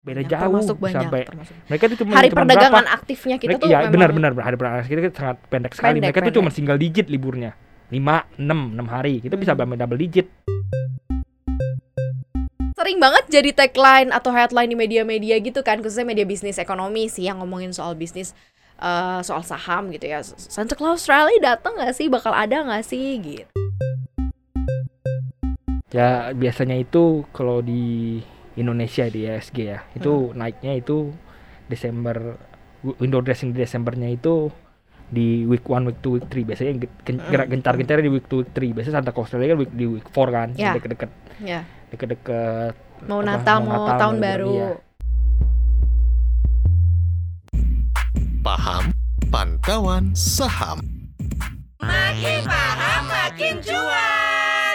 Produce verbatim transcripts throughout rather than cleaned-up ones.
Beda banyak, jauh termasuk banyak, sampai termasuk. mereka tuh cuma Hari cuma perdagangan berapa? aktifnya kita Mereka, tuh ya memang benar-benar hari perdagangan kita kan sangat pendek sekali. pendek, Mereka tuh pendek. cuma single digit liburnya. lima, enam, enam hari. Kita bisa Hmm. sampai double digit. Sering banget jadi tagline atau headline di media-media gitu kan, khususnya media bisnis ekonomi sih yang ngomongin soal bisnis, uh, soal saham gitu ya. Santa Claus Rally datang nggak sih, bakal ada nggak sih gitu. Ya biasanya itu kalau di Indonesia di I S G ya, itu hmm. naiknya itu Desember, window dressing di Desembernya itu di week one, week two, week three. Biasanya gerak gencar-gencar di week two, week three. Biasanya Santa Claus Rally kan week, di week four kan, yeah. deket-deket. Yeah. Deket-deket mau apa, Natal, mau, mau tahun baru. Iya. Paham pantauan saham. Makin paham makin cuan.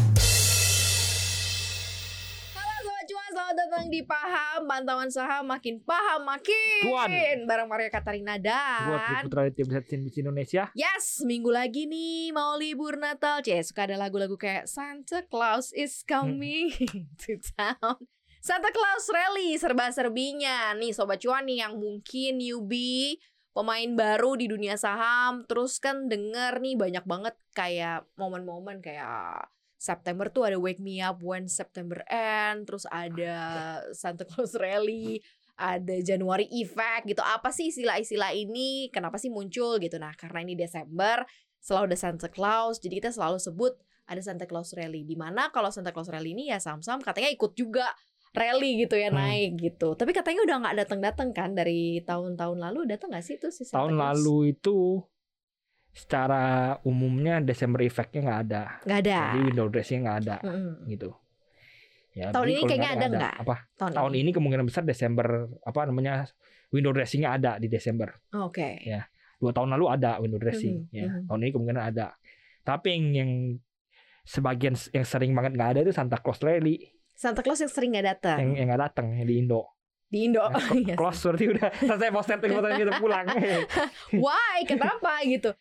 Halo Sobat Cuan, selamat datang di Paham Pantauan Saham, makin paham makin cuan. Bareng Maria Katarina dan buat Putra tim bisnis Indonesia. Yes, minggu lagi nih mau libur Natal. Cie, suka ada lagu-lagu kayak Santa Claus is coming hmm. to town. Santa Claus Rally serba-serbinya nih Sobat Cuan nih yang mungkin newbie, pemain baru di dunia saham. Terus kan denger nih banyak banget kayak momen-momen kayak September tuh ada Wake Me Up When September End, terus ada Santa Claus Rally, ada January Effect gitu. Apa sih istilah-istilah ini? Kenapa sih muncul gitu? Nah, karena ini Desember, selalu ada Santa Claus, jadi kita selalu sebut ada Santa Claus Rally. Dimana kalau Santa Claus Rally ini ya saham-saham katanya ikut juga rally gitu ya, naik hmm. gitu. Tapi katanya udah nggak datang-datang kan dari tahun-tahun lalu. Datang nggak sih itu si Santa Tahun Claus? lalu itu secara umumnya Desember effect-nya nggak ada. Nggak ada. Jadi window dressing nggak ada mm-hmm. gitu. Ya, tahun ini kayaknya ada nggak? Apa? Tahun, tahun ini. ini kemungkinan besar Desember apa namanya window dressing-nya ada di Desember. Oke. Okay. Ya, dua tahun lalu ada window dressing. Mm-hmm. Ya, mm-hmm. tahun ini kemungkinan ada. Tapi yang, yang sebagian yang sering banget nggak ada itu Santa Claus Rally. Santa Claus yang sering nggak datang. Yang yang nggak datang di Indo. Di Indo. Nah, yes. Close berarti udah selesai posting fotonya gitu pulang. Why? Kenapa gitu?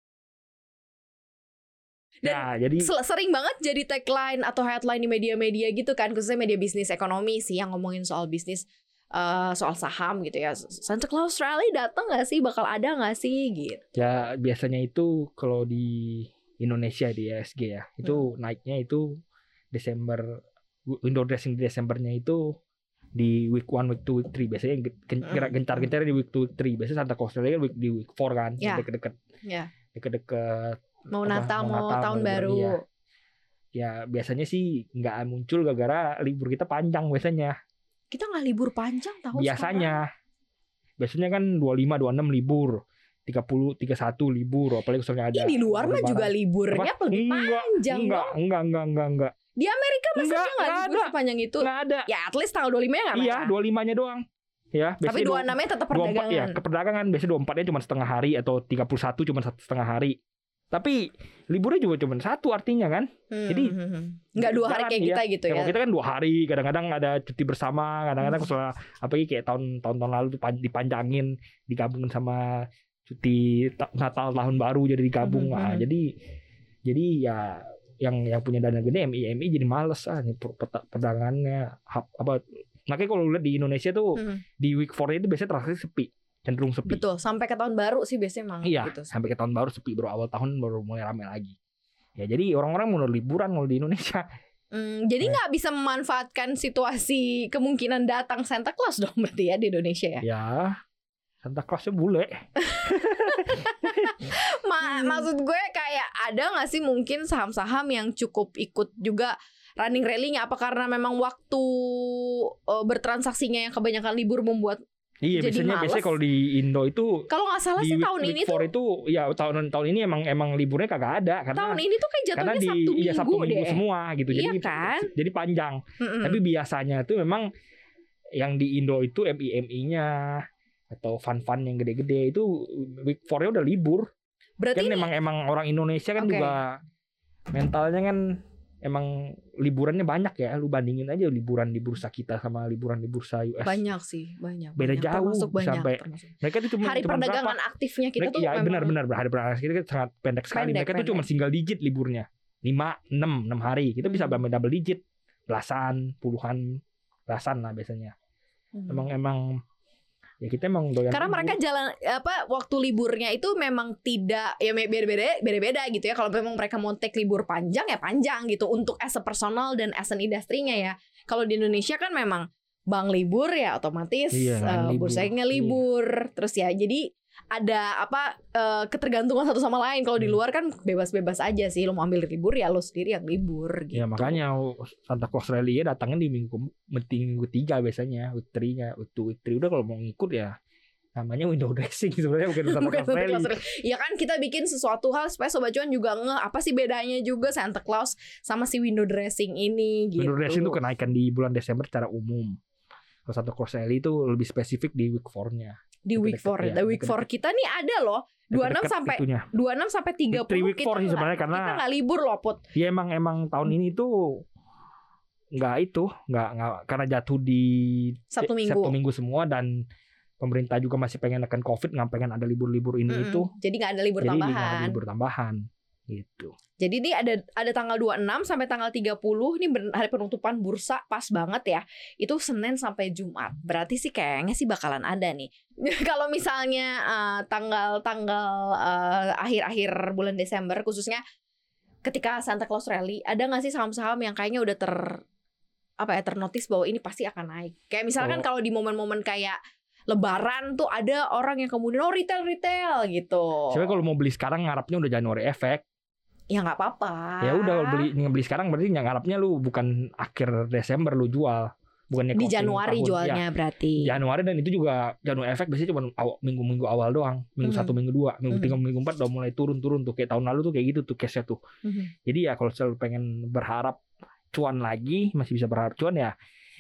Dan nah, jadi sering banget jadi tagline atau headline di media-media gitu kan, khususnya media bisnis ekonomi sih yang ngomongin soal bisnis, uh, soal saham gitu ya. Santa Claus Rally datang nggak sih, bakal ada nggak sih gitu. Ya biasanya itu kalau di Indonesia di I S G ya, itu hmm. naiknya itu Desember, window dressing di Desembernya itu di week one, week two, week three. Biasanya gerak gencar-gencar di week two, week three. Biasanya Santa Claus Rally kan week, di week four kan, yeah. deket-deket. Yeah. Deket-deket mau Natal, mau, mau tahun baru. Ya. ya biasanya sih nggak muncul gara-gara libur kita panjang biasanya. Kita nggak libur panjang tahu biasanya. Sekarang. Biasanya kan dua puluh lima, dua puluh enam libur, tiga puluh, tiga puluh satu libur, apalagi misalnya ada. Ini di luar mah juga liburnya apa? lebih enggak, panjang enggak, dong. Enggak, enggak, enggak, enggak. Di Amerika maksudnya nggak libur sepanjang itu? Nggak ada. Ya at least tanggal dua puluh lima ya nggak Iya, dua puluh limanya doang. Ya, tapi dua puluh enam-nya tetap perdagangan. Ya, ke perdagangan. Biasanya dua puluh empat-nya cuma setengah hari atau tiga puluh satu cuma setengah hari. Tapi liburnya juga cuma satu artinya kan. Hmm, Jadi nggak dua hari kayak ya. kita gitu ya. Ya kita kan dua hari, kadang-kadang ada cuti bersama, kadang-kadang hmm. soal apa kayak tahun tahun-tahun lalu tuh dipanjangin, digabungin sama cuti Natal tahun baru jadi digabung. Hmm, nah, hmm. jadi jadi ya yang yang punya dana gede M I M I jadi males ah nih perdagangannya apa. Makanya kalau lihat di Indonesia tuh hmm. di week four itu biasanya transaksi sepi. Cenderung sepi. Betul, sampai ke tahun baru sih biasanya emang iya, gitu. Sampai ke tahun baru sepi, baru awal tahun baru mulai ramai lagi. Ya jadi orang-orang mau liburan kalau di Indonesia. Hmm, jadi nggak eh. bisa memanfaatkan situasi kemungkinan datang Santa Claus dong berarti ya di Indonesia ya? Ya, Santa Clausnya bule. Ma- maksud gue kayak ada nggak sih mungkin saham-saham yang cukup ikut juga running rally-nya? Apa karena memang waktu uh, bertransaksinya yang kebanyakan libur membuat Iya, jadi biasanya males. biasanya kalau di Indo itu kalau nggak salah sih week, tahun week ini tuh itu ya tahun tahun ini emang emang liburnya kagak ada karena tahun ini tuh kayak jatuhnya di, Sabtu Minggu, iya, Sabtu Minggu deh. semua gitu. Iya jadi kan? jadi panjang. Mm-mm. Tapi biasanya tuh memang yang di Indo itu M I M I-nya atau fund-fund yang gede-gede itu week four-nya udah libur. Berarti kan ini... emang emang orang Indonesia kan okay. juga mentalnya kan emang liburannya banyak ya. Lu bandingin aja liburan di bursa kita sama liburan di bursa U S. Banyak sih, banyak. Beda banyak. jauh termasuk banyak, sampai termasuk. Mereka tuh cuma hari cuma perdagangan berapa? aktifnya kita mereka, tuh ya, memang benar-benar hari perdagangan kita kan sangat pendek sekali. Pendek, mereka pendek. tuh cuma single digit liburnya. lima, enam, enam hari. Kita hmm. bisa sampai double digit. Belasan, puluhan, belasan lah biasanya. Hmm. Emang emang ya kita emang doyan. Karena libur. mereka jalan apa waktu liburnya itu memang tidak ya beda-beda beda-beda gitu ya. Kalau memang mereka mau take libur panjang ya panjang gitu untuk as a personal dan as an industrinya ya. Kalau di Indonesia kan memang bank libur ya otomatis Iya, uh, libur. bursanya libur. Iya. Terus ya jadi ada apa uh, ketergantungan satu sama lain. Kalau di Hmm. luar kan bebas-bebas aja sih. Lo mau ambil libur ya lo sendiri yang libur gitu. Ya makanya Santa Claus Rally ya datangnya di minggu minggu tiga biasanya, week three-nya, week two, week three udah kalau mau ngikut ya namanya window dressing sebenarnya bukan Santa Bukan Claus Santa Rally. Claus Rally. Ya kan kita bikin sesuatu hal supaya Sobat Cuan juga ngeh apa sih bedanya juga Santa Claus sama si window dressing ini gitu. Window dressing itu kenaikan di bulan Desember secara umum. Kalau Santa Claus Rally itu lebih spesifik di week four-nya. Di week four, ya, ya, week four kita nih ada loh dua puluh enam sampai itunya. dua puluh enam sampai tiga puluh Week four sih sebenarnya karena kita nggak libur loh Put. Ya emang emang tahun ini tuh nggak itu nggak nggak karena jatuh di Sabtu Minggu. Sabtu Minggu semua dan pemerintah juga masih pengen nekan Covid, nggak pengen ada libur-libur ini Mm-mm. itu. Jadi nggak ada libur Jadi nggak tambahan. ada libur tambahan gitu. Jadi ini ada ada tanggal dua puluh enam sampai tanggal tiga puluh ini hari penutupan bursa pas banget ya. Itu Senin sampai Jumat. Berarti sih kayaknya sih bakalan ada nih. Kalau misalnya uh, tanggal-tanggal uh, akhir-akhir bulan Desember khususnya ketika Santa Claus Rally, ada nggak sih saham-saham yang kayaknya udah ter apa ya ternotis bahwa ini pasti akan naik. Kayak misalkan Oh. kalau di momen-momen kayak Lebaran tuh ada orang yang kemudian oh retail retail gitu. Sebenarnya kalau mau beli sekarang ngarapnya udah Januari efek. Ya nggak apa-apa. Ya udah kalau beli beli sekarang berarti ngarapnya lu bukan akhir Desember lu jual. Bukannya Di closing Januari tahun. jualnya Ya, berarti. Januari dan itu juga Januari efek biasanya cuma aw- minggu-minggu awal doang. Minggu Mhm. satu, minggu dua, minggu Mhm. tiga, minggu empat udah mulai turun-turun tuh. Kayak tahun lalu tuh kayak gitu tuh case-nya tuh. Mhm. Jadi ya kalau selalu pengen berharap cuan lagi, masih bisa berharap cuan ya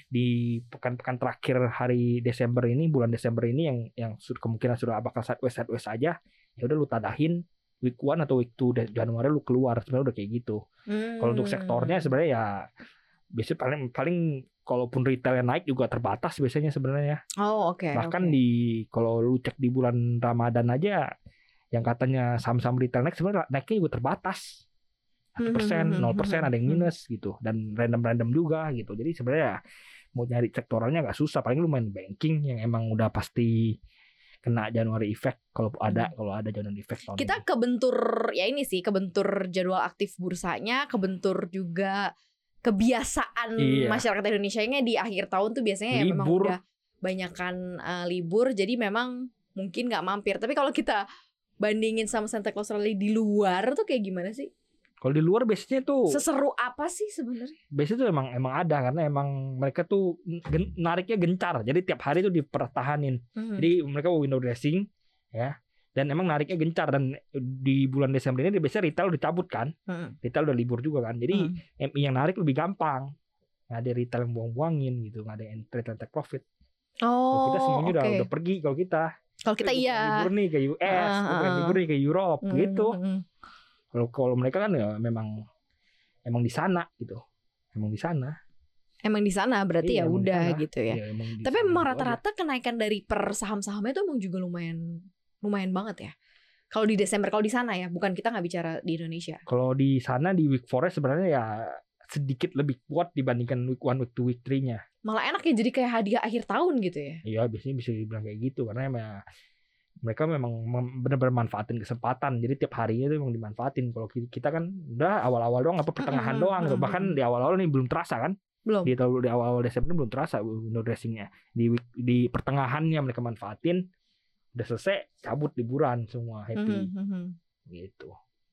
di pekan-pekan terakhir hari Desember ini, bulan Desember ini yang yang sudah kemungkinan sudah bakal sideways sideways aja, ya udah lu tadahin week one atau week two Januari lu keluar, sebenarnya udah kayak gitu. Hmm. Kalau untuk sektornya sebenarnya ya biasanya paling paling kalaupun retail yang naik juga terbatas biasanya sebenarnya. Oh oke. Bahkan oke. di kalau lu cek di bulan Ramadan aja yang katanya saham-saham retail naik sebenarnya naiknya juga terbatas. satu persen, nol persen ada yang minus gitu dan random-random juga gitu. Jadi sebenarnya mau nyari sektoralnya nggak susah, paling lu main banking yang emang udah pasti kena Januari effect kalau ada Hmm. kalau ada Januari effect tahun Kita ini. kebentur ya ini sih kebentur jadwal aktif bursanya, kebentur juga kebiasaan Iya. masyarakat Indonesia-nya di akhir tahun tuh biasanya ya memang Libur. udah banyakan uh, libur, jadi memang mungkin nggak mampir. Tapi kalau kita bandingin sama Santa Claus Rally di luar tuh kayak gimana sih? Kalau di luar biasanya tuh Seseru apa sih sebenarnya? biasanya tuh emang emang ada karena emang mereka tuh gen, nariknya gencar. Jadi tiap hari tuh dipertahanin. Hmm. Jadi mereka window dressing ya. Dan emang nariknya gencar dan di bulan Desember ini biasanya retail udah cabut kan. Hmm. Retail udah libur juga kan. Jadi Hmm. M I yang narik lebih gampang. Nggak ada retail yang buang-buangin gitu, nggak ada yang retail take profit. Kalau Oh, kita semuanya udah oke. udah pergi kalau kita. Kalau kita Gua pengen iya. libur nih ke U S, Ah, gua pengen ah, libur nih ke Europe Hmm, gitu. hmm. Kalau kalau mereka kan ya memang emang di sana gitu. Emang di sana. Emang di sana berarti Iya, ya emang di udah sana. gitu ya. Iya, emang di Tapi sana memang gitu aja. rata-rata kenaikan dari per saham-sahamnya itu emang juga lumayan lumayan banget ya. Kalau di Desember, kalau di sana ya, bukan kita nggak bicara di Indonesia. Kalau di sana di week four sebenarnya ya sedikit lebih kuat dibandingkan week one, week two, week three-nya. Malah enak ya jadi kayak hadiah akhir tahun gitu ya. Iya, biasanya bisa dibilang kayak gitu karena emang mereka memang mem- benar-benar manfaatin kesempatan. Jadi tiap harinya itu memang dimanfaatin. Kalau ki- kita kan udah awal-awal doang apa pertengahan Mm-mm, doang gitu. mm-mm. Bahkan di awal-awal nih belum terasa kan. Belum. Di tahun di awal-awal Desember ini belum terasa window dressing-nya. Di week- di pertengahannya mereka manfaatin. Udah selesai cabut liburan semua happy Mhm, mhm. gitu.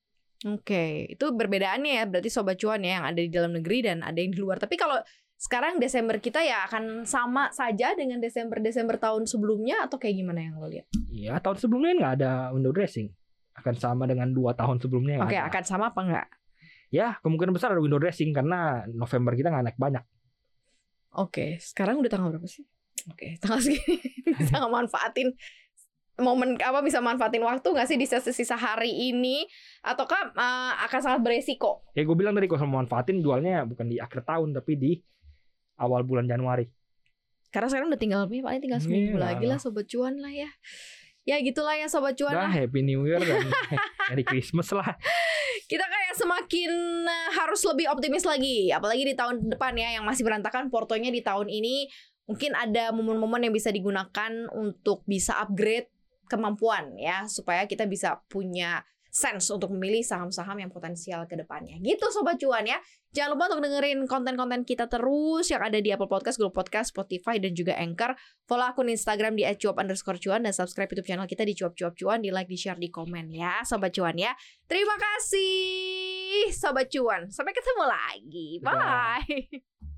Oke, itu perbedaannya ya. Berarti Sobat Cuan ya yang ada di dalam negeri dan ada yang di luar. Tapi kalau sekarang Desember kita ya akan sama saja dengan Desember-Desember tahun sebelumnya atau kayak gimana yang lo lihat? Iya, tahun sebelumnya nggak ada window dressing. Akan sama dengan dua tahun sebelumnya nggak Oke, ada. akan sama apa enggak? Ya, kemungkinan besar ada window dressing karena November kita nggak naik banyak. Oke, sekarang udah tanggal berapa sih? Oke, tanggal segini bisa nggak manfaatin momen apa bisa manfaatin waktu nggak sih di sisa-sisa hari ini ataukah uh, akan sangat beresiko? Ya gue bilang tadi kalau mau manfaatin jualnya bukan di akhir tahun tapi di awal bulan Januari. Karena sekarang udah tinggal paling tinggal seminggu Iya. lagi lah Sobat Cuan lah ya. Ya gitulah ya Sobat Cuan Dah lah. Happy New Year dan Merry Christmas lah. Kita kayak semakin uh, harus lebih optimis lagi. Apalagi di tahun depan ya yang masih berantakan portonya di tahun ini. mungkin ada momen-momen yang bisa digunakan untuk bisa upgrade kemampuan ya, supaya kita bisa punya sense untuk memilih saham-saham yang potensial ke depannya. Gitu Sobat Cuan ya. Jangan lupa untuk dengerin konten-konten kita terus yang ada di Apple Podcast, Google Podcast, Spotify, dan juga Anchor. Follow akun Instagram di et cuap underscore cuan dan subscribe YouTube channel kita di cuap-cuap cuan, di like, di share, di komen ya Sobat Cuan ya. Terima kasih Sobat Cuan. Sampai ketemu lagi. Bye.